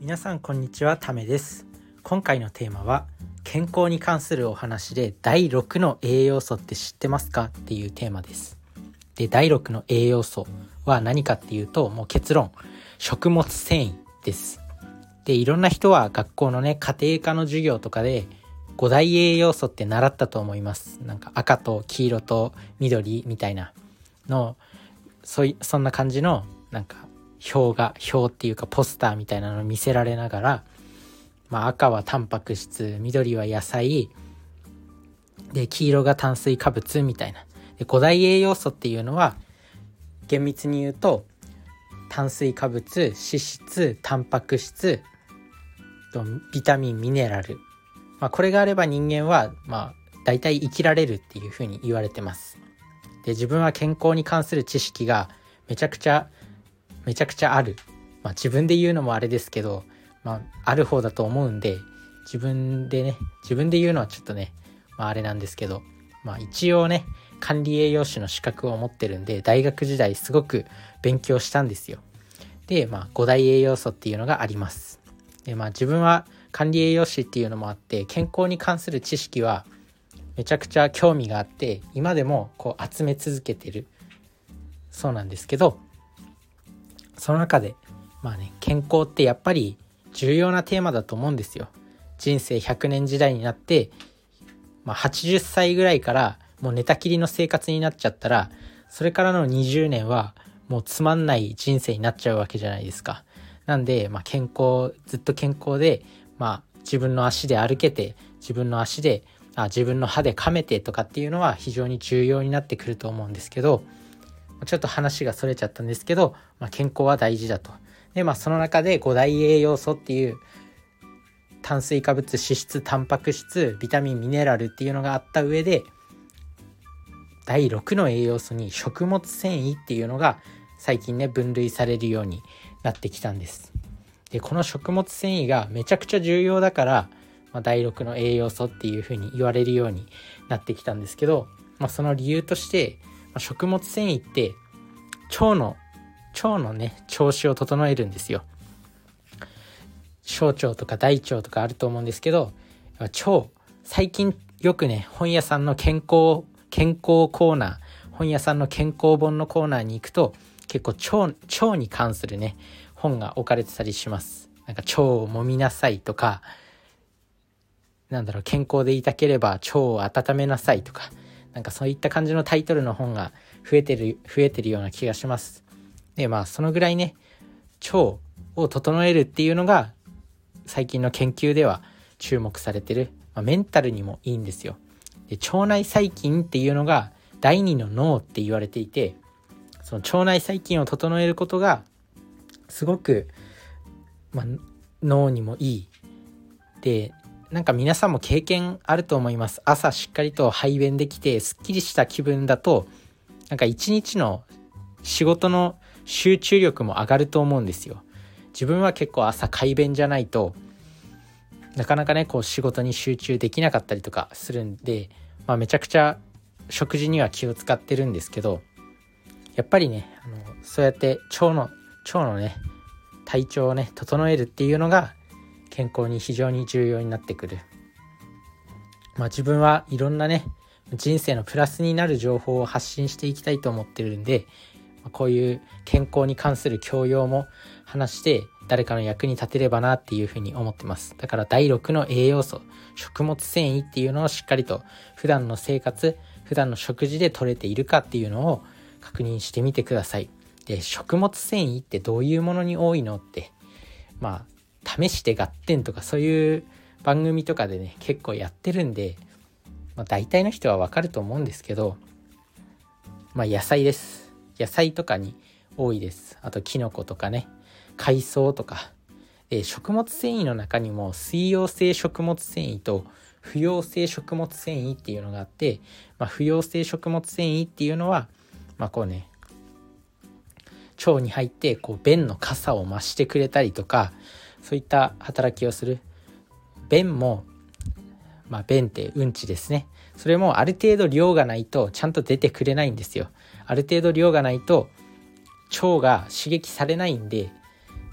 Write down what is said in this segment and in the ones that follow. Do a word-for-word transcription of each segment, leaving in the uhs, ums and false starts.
皆さんこんにちは、ためです。今回のテーマは健康に関するお話で、だいろくの栄養素って知ってますかっていうテーマです。で、だいろくの栄養素は何かっていうと、もう結論、食物繊維です。で、いろんな人は学校のね、家庭科の授業とかでご大栄養素って習ったと思います。なんか赤と黄色と緑みたいなの、そいそんな感じのなんか表が表っていうかポスターみたいなのを見せられながら、まあ、赤はタンパク質、緑は野菜で、黄色が炭水化物みたいな。で、ご大栄養素っていうのは厳密に言うと炭水化物、脂質、タンパク質とビタミン、ミネラル、まあ、これがあれば人間はまあ大体生きられるっていうふうに言われてます。で、自分は健康に関する知識がめちゃくちゃめちゃくちゃある、まあ、自分で言うのもあれですけど、まあ、ある方だと思うんで、自分でね自分で言うのはちょっとね、まあ、あれなんですけど、まあ、一応ね管理栄養士の資格を持ってるんで、大学時代すごく勉強したんですよ。で、まあ、ご大栄養素っていうのがあります。で、まあ、自分は管理栄養士っていうのもあって、健康に関する知識はめちゃくちゃ興味があって、今でもこう集め続けてるそうなんですけど、その中でまあね、健康ってやっぱり重要なテーマだと思うんですよ。人生ひゃくねん時代になって、まあ、はちじゅっさいぐらいからもう寝たきりの生活になっちゃったら、それからのにじゅうねんはもうつまんない人生になっちゃうわけじゃないですか。なんで、まあ、健康ずっと健康で、まあ、自分の足で歩けて、自分の足であ自分の歯で噛めてとかっていうのは非常に重要になってくると思うんですけど、ちょっと話がそれちゃったんですけど、まあ、健康は大事だと。で、まあ、その中でご大栄養素っていう炭水化物、脂質、タンパク質、ビタミン、ミネラルっていうのがあった上で、だいろくの栄養素に食物繊維っていうのが最近ね分類されるようになってきたんです。で、この食物繊維がめちゃくちゃ重要だから、まあ、だいろくの栄養素っていうふうに言われるようになってきたんですけど、まあ、その理由として食物繊維って腸の腸のね調子を整えるんですよ。小腸とか大腸とかあると思うんですけど、腸、最近よくね本屋さんの健康健康コーナー、本屋さんの健康本のコーナーに行くと、結構腸腸に関するね本が置かれてたりします。なんか腸を揉みなさいとか、なんだろう、健康でいたければ腸を温めなさいとか、なんかそういった感じのタイトルの本が増えてる増えてるような気がします。で、まあそのぐらいね腸を整えるっていうのが最近の研究では注目されてる、まあ、メンタルにもいいんですよ。で、腸内細菌っていうのが第二の脳って言われていて、その腸内細菌を整えることがすごく、まあ、脳にもいい。で、なんか皆さんも経験あると思います。朝しっかりと排便できてすっきりした気分だと、なんか一日の仕事の集中力も上がると思うんですよ。自分は結構朝快便じゃないとなかなかねこう仕事に集中できなかったりとかするんで、まあ、めちゃくちゃ食事には気を使ってるんですけど、やっぱりねあのそうやって腸の腸のね体調をね整えるっていうのが健康に非常に重要になってくる。まあ、自分はいろんなね人生のプラスになる情報を発信していきたいと思ってるんで、こういう健康に関する教養も話して誰かの役に立てればなっていうふうに思ってます。だからだいろくの栄養素、食物繊維っていうのをしっかりと普段の生活、普段の食事で取れているかっていうのを確認してみてください。で、食物繊維ってどういうものに多いのって、まあ試して合点とかそういう番組とかでね結構やってるんで、まあ、大体の人はわかると思うんですけど、まあ野菜です。野菜とかに多いです。あとキノコとかね、海藻とか。で、食物繊維の中にも水溶性食物繊維と不溶性食物繊維っていうのがあって、まあ、不溶性食物繊維っていうのはまあこうね腸に入ってこう便の傘を増してくれたりとか、そういった働きをする。便もまあ便ってうんちですね。それもある程度量がないとちゃんと出てくれないんですよ。ある程度量がないと腸が刺激されないんで、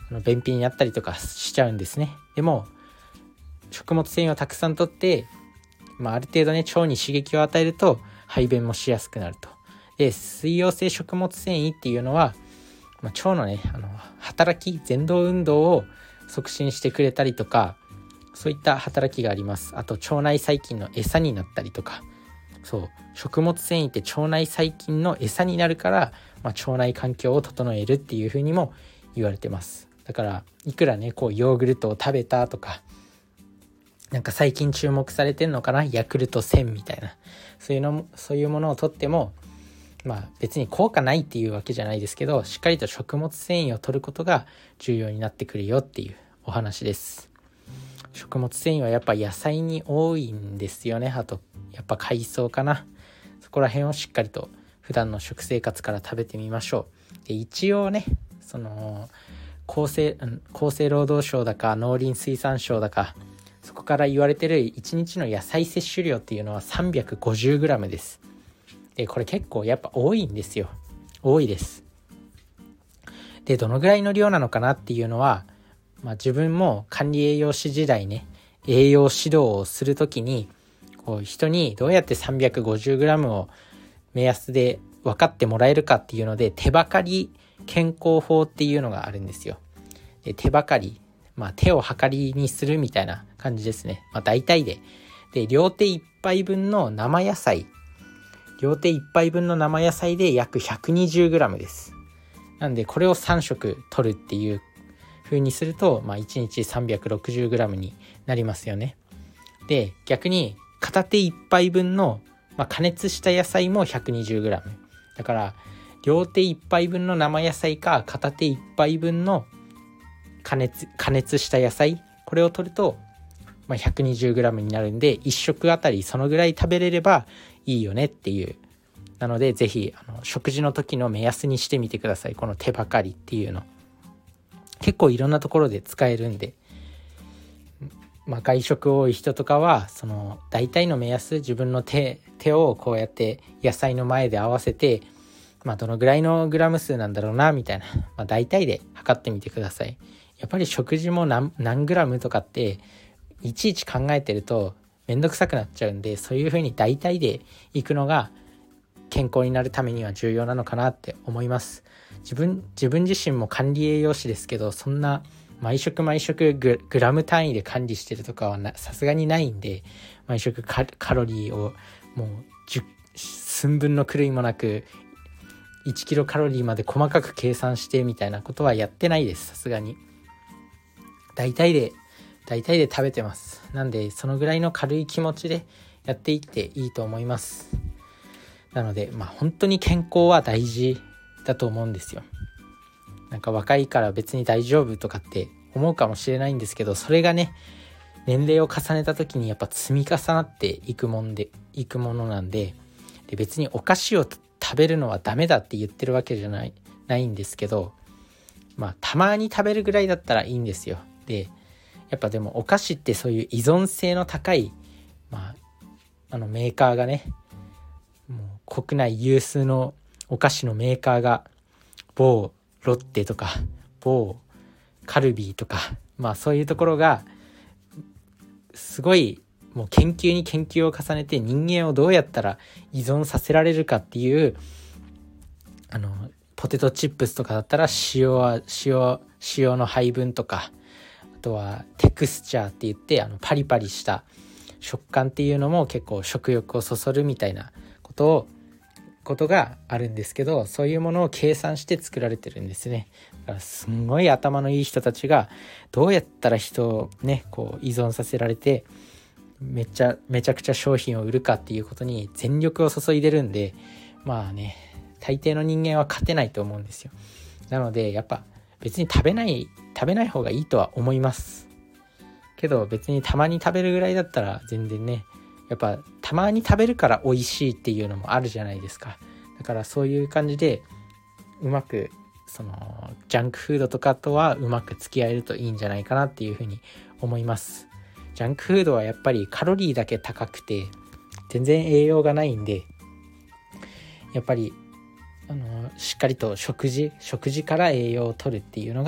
あの便秘になったりとかしちゃうんですね。でも食物繊維をたくさん摂って、まあ、ある程度ね腸に刺激を与えると排便もしやすくなると。で水溶性食物繊維っていうのは、まあ、腸のねあの働き蠕動運動を促進してくれたりとか、そういった働きがあります。あと腸内細菌の餌になったりとか、そう食物繊維って腸内細菌の餌になるから、まあ、腸内環境を整えるっていうふうにも言われてます。だからいくらねこうヨーグルトを食べたとか、なんか最近注目されてるのかな、ヤクルトせんみたいな、そういうのもそういうものをとっても、まあ別に効果ないっていうわけじゃないですけど、しっかりと食物繊維を摂ることが重要になってくるよっていうお話です。食物繊維はやっぱ野菜に多いんですよね。あとやっぱ海藻かな。そこら辺をしっかりと普段の食生活から食べてみましょう。で一応ね、その厚生、厚生労働省だか農林水産省だか、そこから言われてるいちにちの野菜摂取量っていうのは さんびゃくごじゅうグラム です。でこれ結構やっぱ多いんですよ。多いです。でどのぐらいの量なのかなっていうのは、まあ、自分も管理栄養士時代ね、栄養指導をするときにこう人にどうやって さんびゃくごじゅうグラム を目安で分かってもらえるかっていうので、手ばかり健康法っていうのがあるんですよ。で手ばかり、まあ、手を計りにするみたいな感じですね。まあ、大体でで両手いっぱいぶんの生野菜、両手いっぱいぶんの生野菜で約 ひゃくにじゅうグラム です。なんでこれをさん食取るっていう風にすると、まあ、いちにち さんびゃくろくじゅうグラム になりますよね。で逆に片手いっぱいぶんの、まあ、加熱した野菜も ひゃくにじゅうグラム だから、両手いっぱいぶんの生野菜か片手いっぱいぶんの加熱、加熱した野菜、これを取ると、まあ、ひゃくにじゅうグラム になるんで、いっ食あたりそのぐらい食べれればいいよねっていう。なのでぜひあの食事の時の目安にしてみてください。この手ばかりっていうの結構いろんなところで使えるんで、まあ、外食多い人とかはその大体の目安、自分の手手をこうやって野菜の前で合わせて、まあ、どのぐらいのグラム数なんだろうなみたいな、まあ、大体で測ってみてください。やっぱり食事も 何, 何グラムとかっていちいち考えてるとめんどくさくなっちゃうんで、そういう風に大体でいくのが健康になるためには重要なのかなって思います。自分自分自身も管理栄養士ですけど、そんな毎食毎食 グ, グラム単位で管理してるとかはさすがにないんで、毎食 カ, カロリーをもうじゅう寸分の狂いもなくいちキロカロリーまで細かく計算してみたいなことはやってないです。さすがに大体で大体で食べてます。なんでそのぐらいの軽い気持ちでやっていっていいと思います。なのでまあ本当に健康は大事だと思うんですよ。なんか若いから別に大丈夫とかって思うかもしれないんですけど、それがね年齢を重ねた時にやっぱ積み重なっていくもんでいくものなんで、で別にお菓子を食べるのはダメだって言ってるわけじゃないないんですけど、まあたまに食べるぐらいだったらいいんですよ。でやっぱでもお菓子ってそういう依存性の高い、まあ、あのメーカーがね、もう国内有数のお菓子のメーカーが某ロッテとか某カルビーとか、まあそういうところがすごいもう研究に研究を重ねて、人間をどうやったら依存させられるかっていう、あのポテトチップスとかだったら塩は塩塩の配分とか、あとはテクスチャーって言ってあのパリパリした食感っていうのも結構食欲をそそるみたいなことをことがあるんですけど、そういうものを計算して作られてるんですね。だからすんごい頭のいい人たちがどうやったら人をねこう依存させられてめっちゃめちゃくちゃ商品を売るかっていうことに全力を注いでるんで、まあね大抵の人間は勝てないと思うんですよ。なのでやっぱ別に食べない食べない方がいいとは思いますけど、別にたまに食べるぐらいだったら全然ね、やっぱたまに食べるから美味しいっていうのもあるじゃないですか。だからそういう感じでうまくそのジャンクフードとかとはうまく付き合えるといいんじゃないかなっていうふうに思います。ジャンクフードはやっぱりカロリーだけ高くて全然栄養がないんで、やっぱりあのしっかりと食事食事から栄養を取るっていうのが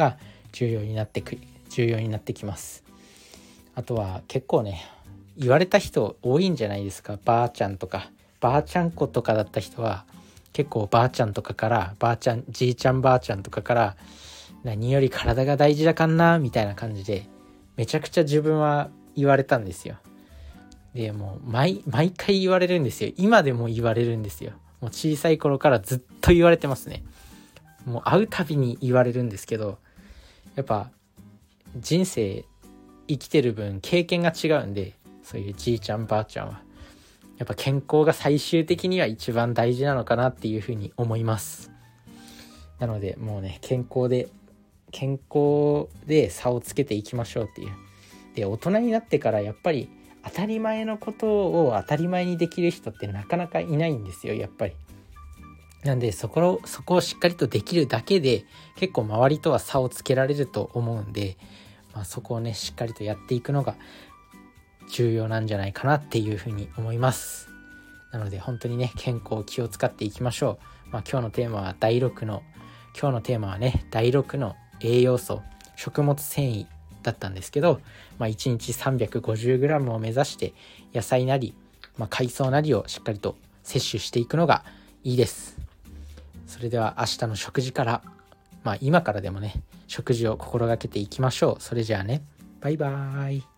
重要になってく重要になってきます。あとは結構ね言われた人多いんじゃないですか。ばあちゃんとかばあちゃん子とかだった人は結構ばあちゃんとかからばあちゃんじいちゃんばあちゃんとかから何より体が大事だかんなみたいな感じでめちゃくちゃ自分は言われたんですよ。でもう 毎, 毎回言われるんですよ。今でも言われるんですよ。もう小さい頃からずっと言われてますね。もう会うたびに言われるんですけど、やっぱ人生生きてる分経験が違うんで、そういうじいちゃんばあちゃんはやっぱ健康が最終的には一番大事なのかなっていうふうに思います。なのでもうね健康で健康で差をつけていきましょうっていう。で大人になってからやっぱり当たり前のことを当たり前にできる人ってなかなかいないんですよ、やっぱり。なんでそこをそこをしっかりとできるだけで結構周りとは差をつけられると思うんで、まあ、そこをねしっかりとやっていくのが重要なんじゃないかなっていうふうに思います。なので本当にね健康気を使っていきましょう。まあ、今日のテーマはだいろくの今日のテーマはねだいろくの栄養素食物繊維だったんですけど、まあ、いちにち さんびゃくごじゅうグラム を目指して野菜なり、まあ、海藻なりをしっかりと摂取していくのがいいです。それでは明日の食事から、まあ今からでもね食事を心がけていきましょう。それじゃあね、バイバーイ。